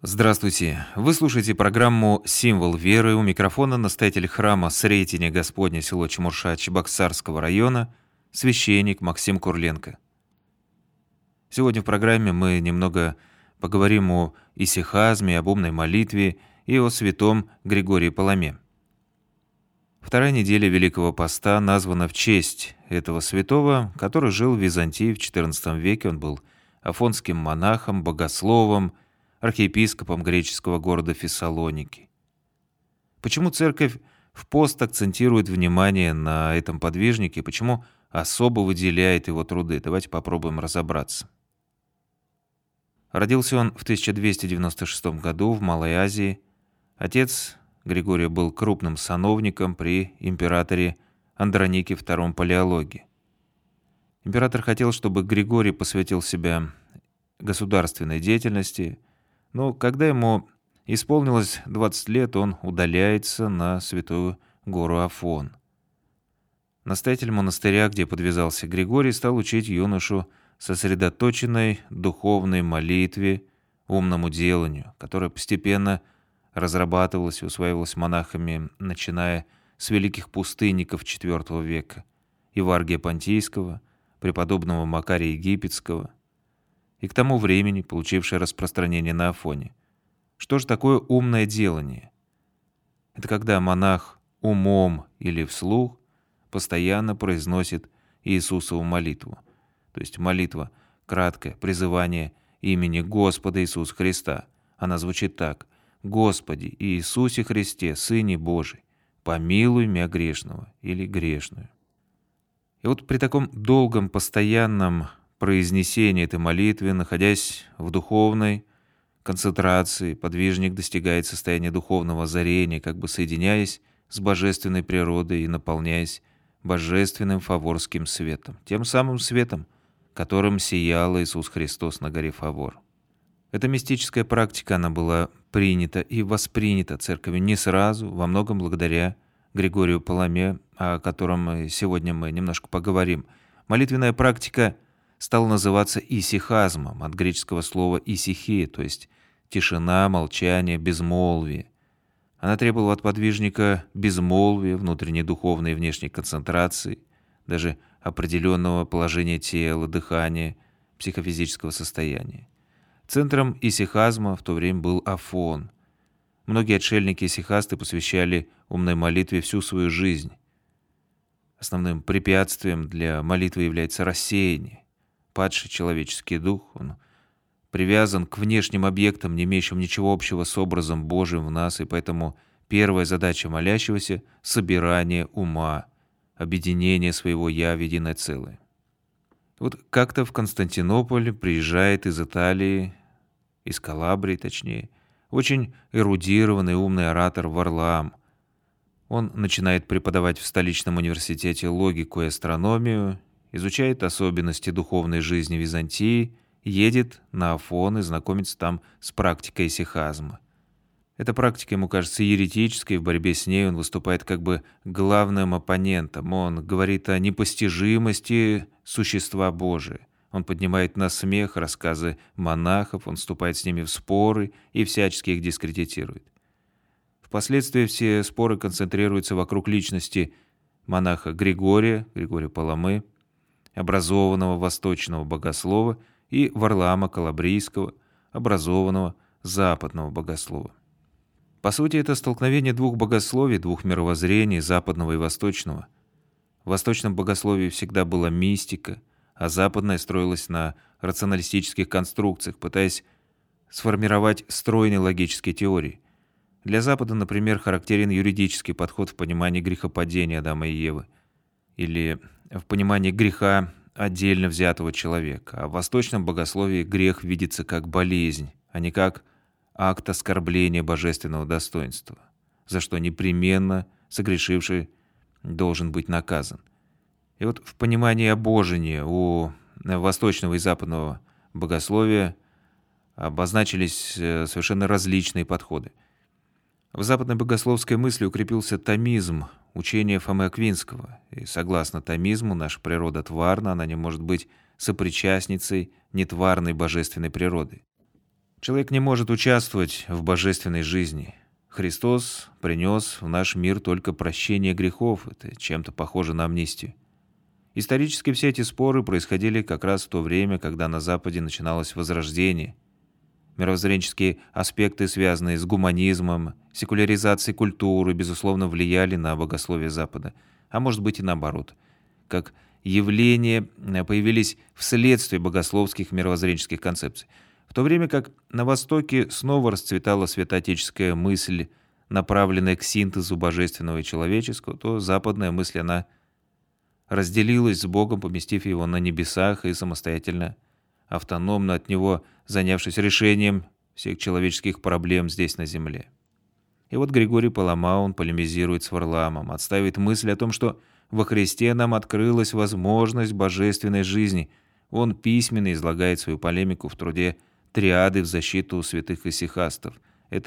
Здравствуйте! Вы слушаете программу «Символ веры». У микрофона настоятель храма Сретения Господня, село Чемурша Чебоксарского района, священник Максим Курленко. Сегодня в программе мы немного поговорим о исихазме, об умной молитве и о святом Григории Паламе. Вторая неделя Великого Поста названа в честь этого святого, который жил в Византии в XIV веке. Он был афонским монахом, богословом, архиепископом греческого города Фессалоники. Почему церковь в пост акцентирует внимание на этом подвижнике, почему особо выделяет его труды? Давайте попробуем разобраться. Родился он в 1296 году в Малой Азии. Отец Григория был крупным сановником при императоре Андронике II Палеологе. Император хотел, чтобы Григорий посвятил себя государственной деятельности, но когда ему исполнилось 20 лет, он удаляется на святую гору Афон. Настоятель монастыря, где подвязался Григорий, стал учить юношу сосредоточенной духовной молитве, умному деланию, которое постепенно разрабатывалось и усваивалось монахами, начиная с великих пустынников IV века, Еваргия Понтийского, преподобного Макария Египетского, и к тому времени получившее распространение на Афоне. Что же такое умное делание? Это когда монах умом или вслух постоянно произносит Иисусову молитву. То есть молитва краткое, призывание имени Господа Иисуса Христа. Она звучит так: «Господи Иисусе Христе, Сыне Божий, помилуй мя грешного» или «грешную». И вот при таком долгом, постоянном произнесении этой молитвы, находясь в духовной концентрации, подвижник достигает состояния духовного озарения, как бы соединяясь с божественной природой и наполняясь божественным фаворским светом, тем самым светом, которым сиял Иисус Христос на горе Фавор. Эта мистическая практика, она была принята и воспринята церковью не сразу, во многом благодаря Григорию Паламе, о котором сегодня мы немножко поговорим. Молитвенная практика стала называться исихазмом, от греческого слова «исихия», то есть тишина, молчание, безмолвие. Она требовала от подвижника безмолвия, внутренней духовной и внешней концентрации, даже определенного положения тела, дыхания, психофизического состояния. Центром исихазма в то время был Афон. Многие отшельники-исихасты посвящали умной молитве всю свою жизнь. Основным препятствием для молитвы является рассеяние. Падший человеческий дух, он привязан к внешним объектам, не имеющим ничего общего с образом Божьим в нас, и поэтому первая задача молящегося — собирание ума, объединение своего «я» в единое целое. Вот как-то в Константинополь приезжает из Италии, из Калабрии точнее, очень эрудированный умный оратор Варлаам. Он начинает преподавать в столичном университете логику и астрономию, изучает особенности духовной жизни Византии, едет на Афон и знакомится там с практикой исихазма. Эта практика ему кажется еретической, в борьбе с ней он выступает как бы главным оппонентом. Он говорит о непостижимости существа Божия. Он поднимает на смех рассказы монахов, он вступает с ними в споры и всячески их дискредитирует. Впоследствии все споры концентрируются вокруг личности монаха Григория Паламы, образованного восточного богослова, и Варлаама Калабрийского, образованного западного богослова. По сути, это столкновение двух богословий, двух мировоззрений, западного и восточного. В восточном богословии всегда была мистика, а западная строилась на рационалистических конструкциях, пытаясь сформировать стройные логические теории. Для Запада, например, характерен юридический подход в понимании грехопадения Адама и Евы, или в понимании греха отдельно взятого человека. А в восточном богословии грех видится как болезнь, а не как акт оскорбления божественного достоинства, за что непременно согрешивший должен быть наказан. И вот в понимании обожения у восточного и западного богословия обозначились совершенно различные подходы. В западной богословской мысли укрепился томизм, учение Фомы Аквинского, и согласно томизму наша природа тварна, она не может быть сопричастницей нетварной божественной природы. Человек не может участвовать в божественной жизни. Христос принес в наш мир только прощение грехов. Это чем-то похоже на амнистию. Исторически все эти споры происходили как раз в то время, когда на Западе начиналось Возрождение. Мировоззренческие аспекты, связанные с гуманизмом, секуляризацией культуры, безусловно, влияли на богословие Запада. А может быть и наоборот. Как явления появились вследствие богословских мировоззренческих концепций. В то время как на Востоке снова расцветала святоотеческая мысль, направленная к синтезу божественного и человеческого, то западная мысль, она разделилась с Богом, поместив его на небесах и самостоятельно, автономно от него, занявшись решением всех человеческих проблем здесь, на земле. И вот Григорий Палама, он полемизирует с Варламом, отстаивает мысль о том, что во Христе нам открылась возможность божественной жизни. Он письменно излагает свою полемику в труде «Триады в защиту святых исихастов». Это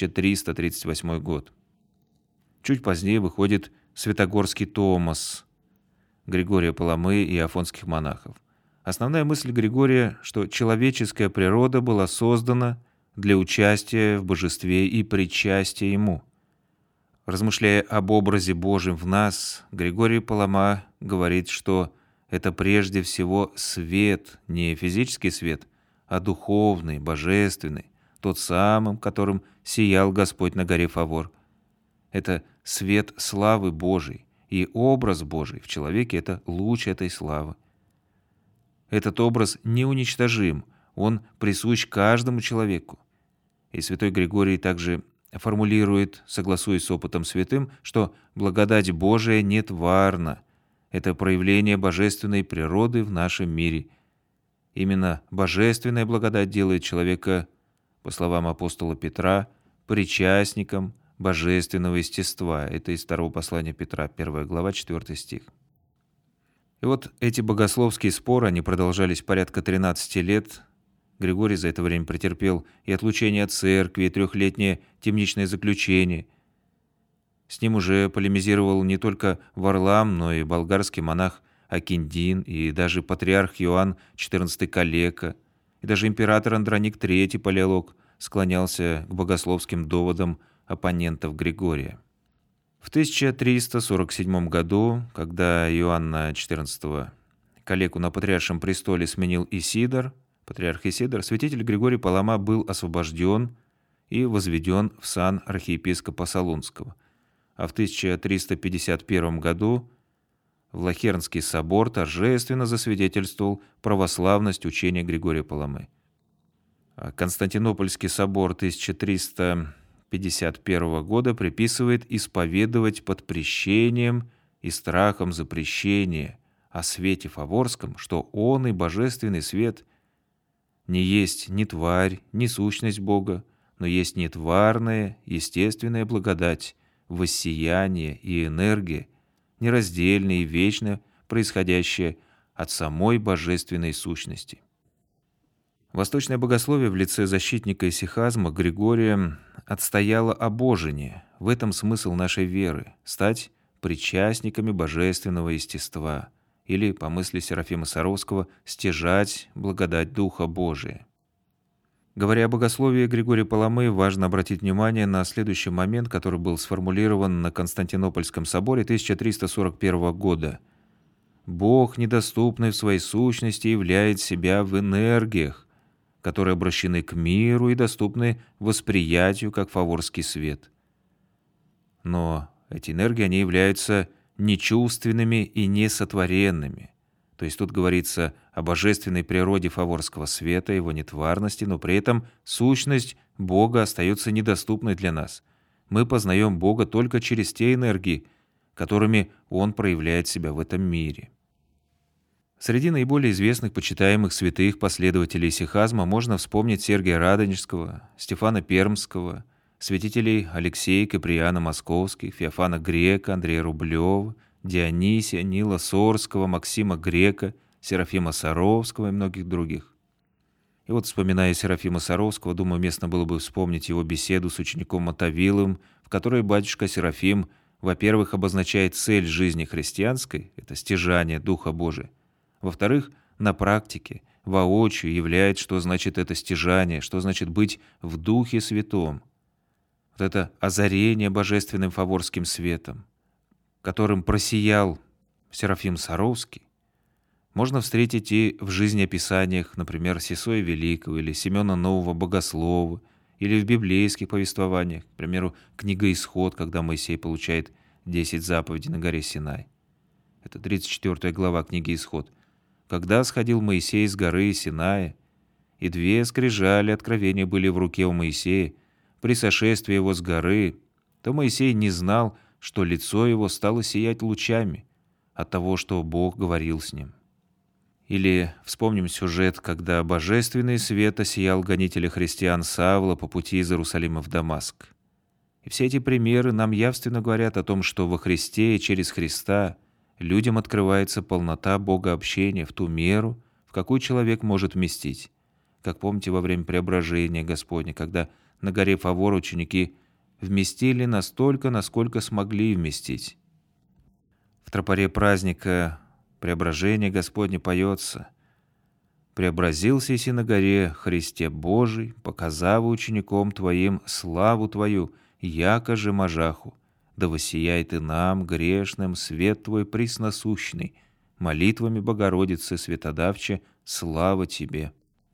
1338 год. Чуть позднее выходит Святогорский Томос Григория Паламы и афонских монахов. Основная мысль Григория, что человеческая природа была создана для участия в божестве и причастия ему. Размышляя об образе Божьем в нас, Григорий Палама говорит, что это прежде всего свет, не физический свет, а духовный, божественный, тот самым, которым сиял Господь на горе Фавор. Это свет славы Божией, и образ Божий в человеке — это луч этой славы. Этот образ неуничтожим, он присущ каждому человеку. И святой Григорий также формулирует, согласуясь с опытом святым, что благодать Божия нетварна. Это проявление божественной природы в нашем мире. Именно божественная благодать делает человека, по словам апостола Петра, причастником божественного естества. Это из второго послания Петра, 1 глава, 4 стих. И вот эти богословские споры, они продолжались порядка 13 лет. Григорий за это время претерпел и отлучение от церкви, и 3-летнее темничное заключение. С ним уже полемизировал не только Варлам, но и болгарский монах Акиндин, и даже патриарх Иоанн XIV Калека, и даже император Андроник III Палеолог склонялся к богословским доводам оппонентов Григория. В 1347 году, когда Иоанна XIV Калеку на патриаршем престоле сменил Исидор, патриарх Исидор, святитель Григорий Палама был освобожден и возведен в сан архиепископа Солунского. А в 1351 году Влахернский собор торжественно засвидетельствовал православность учения Григория Паламы. Константинопольский собор 1351 года приписывает исповедовать под прещением и страхом запрещения о свете фаворском, что он и божественный свет не есть ни тварь, ни сущность Бога, но есть нетварная, естественная благодать, воссияние и энергия, нераздельная и вечно происходящая от самой божественной сущности. Восточное богословие в лице защитника исихазма Григория отстояло обожение. В этом смысл нашей веры — стать причастниками божественного естества, или, по мысли Серафима Саровского, стяжать благодать Духа Божия. Говоря о богословии Григория Паламы, важно обратить внимание на следующий момент, который был сформулирован на Константинопольском соборе 1341 года. «Бог, недоступный в своей сущности, являет себя в энергиях, которые обращены к миру и доступны восприятию, как фаворский свет». Но эти энергии, они являются нечувственными и несотворенными. То есть тут говорится о божественной природе фаворского света, его нетварности, но при этом сущность Бога остается недоступной для нас. Мы познаем Бога только через те энергии, которыми Он проявляет себя в этом мире. Среди наиболее известных почитаемых святых последователей исихазма можно вспомнить Сергия Радонежского, Стефана Пермского, святителей Алексея Киприана Московских, Феофана Грека, Андрея Рублева, Дионисия, Нила Сорского, Максима Грека, Серафима Саровского и многих других. И вот, вспоминая Серафима Саровского, думаю, уместно было бы вспомнить его беседу с учеником Мотовиловым, в которой батюшка Серафим, во-первых, обозначает цель жизни христианской — это стяжание Духа Божия, во-вторых, на практике воочию являет, что значит это стяжание, что значит быть в Духе Святом. Вот это озарение божественным фаворским светом, которым просиял Серафим Саровский, можно встретить и в жизнеописаниях, например, Сесоя Великого или Семена Нового Богослова, или в библейских повествованиях, к примеру, книга «Исход», когда Моисей получает 10 заповедей на горе Синай. Это 34 глава книги «Исход». «Когда сходил Моисей с горы Синая, и 2 скрижали откровения были в руке у Моисея, при сошествии его с горы, то Моисей не знал, что лицо его стало сиять лучами от того, что Бог говорил с ним». Или вспомним сюжет, когда божественный свет осиял гонителя христиан Савла по пути из Иерусалима в Дамаск. И все эти примеры нам явственно говорят о том, что во Христе и через Христа людям открывается полнота богообщения в ту меру, в какую человек может вместить. Как помните, во время преображения Господня, когда на горе Фавор ученики вместили настолько, насколько смогли вместить. В тропаре праздника Преображение Господне поется: «Преобразился иси на горе Христе Божий, показав учеником Твоим славу Твою, яко же можаху, да воссияет и нам, грешным, свет Твой пресносущный, молитвами Богородицы Светодавче, слава Тебе».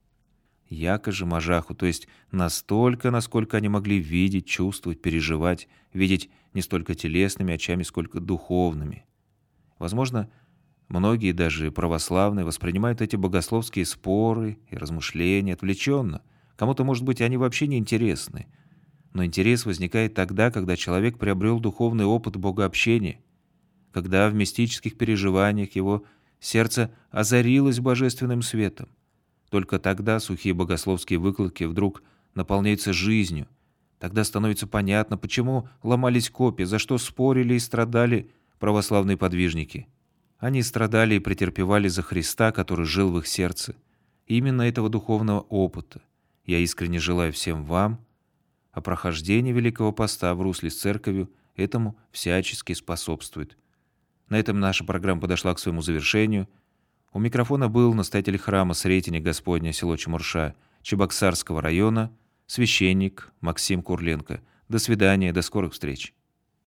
Яко же можаху, то есть настолько, насколько они могли видеть, чувствовать, переживать, видеть не столько телесными очами, сколько духовными. Возможно, многие, даже православные, воспринимают эти богословские споры и размышления отвлеченно. Кому-то, может быть, они вообще не интересны. Но интерес возникает тогда, когда человек приобрел духовный опыт богообщения, когда в мистических переживаниях его сердце озарилось божественным светом. Только тогда сухие богословские выкладки вдруг наполняются жизнью. Тогда становится понятно, почему ломались копья, за что спорили и страдали православные подвижники. Они страдали и претерпевали за Христа, который жил в их сердце. И именно этого духовного опыта я искренне желаю всем вам, а прохождение Великого Поста в русле с Церковью этому всячески способствует. На этом наша программа подошла к своему завершению. У микрофона был настоятель храма Сретения Господня, село Чемурша, Чебоксарского района, священник Максим Курленко. До свидания, до скорых встреч.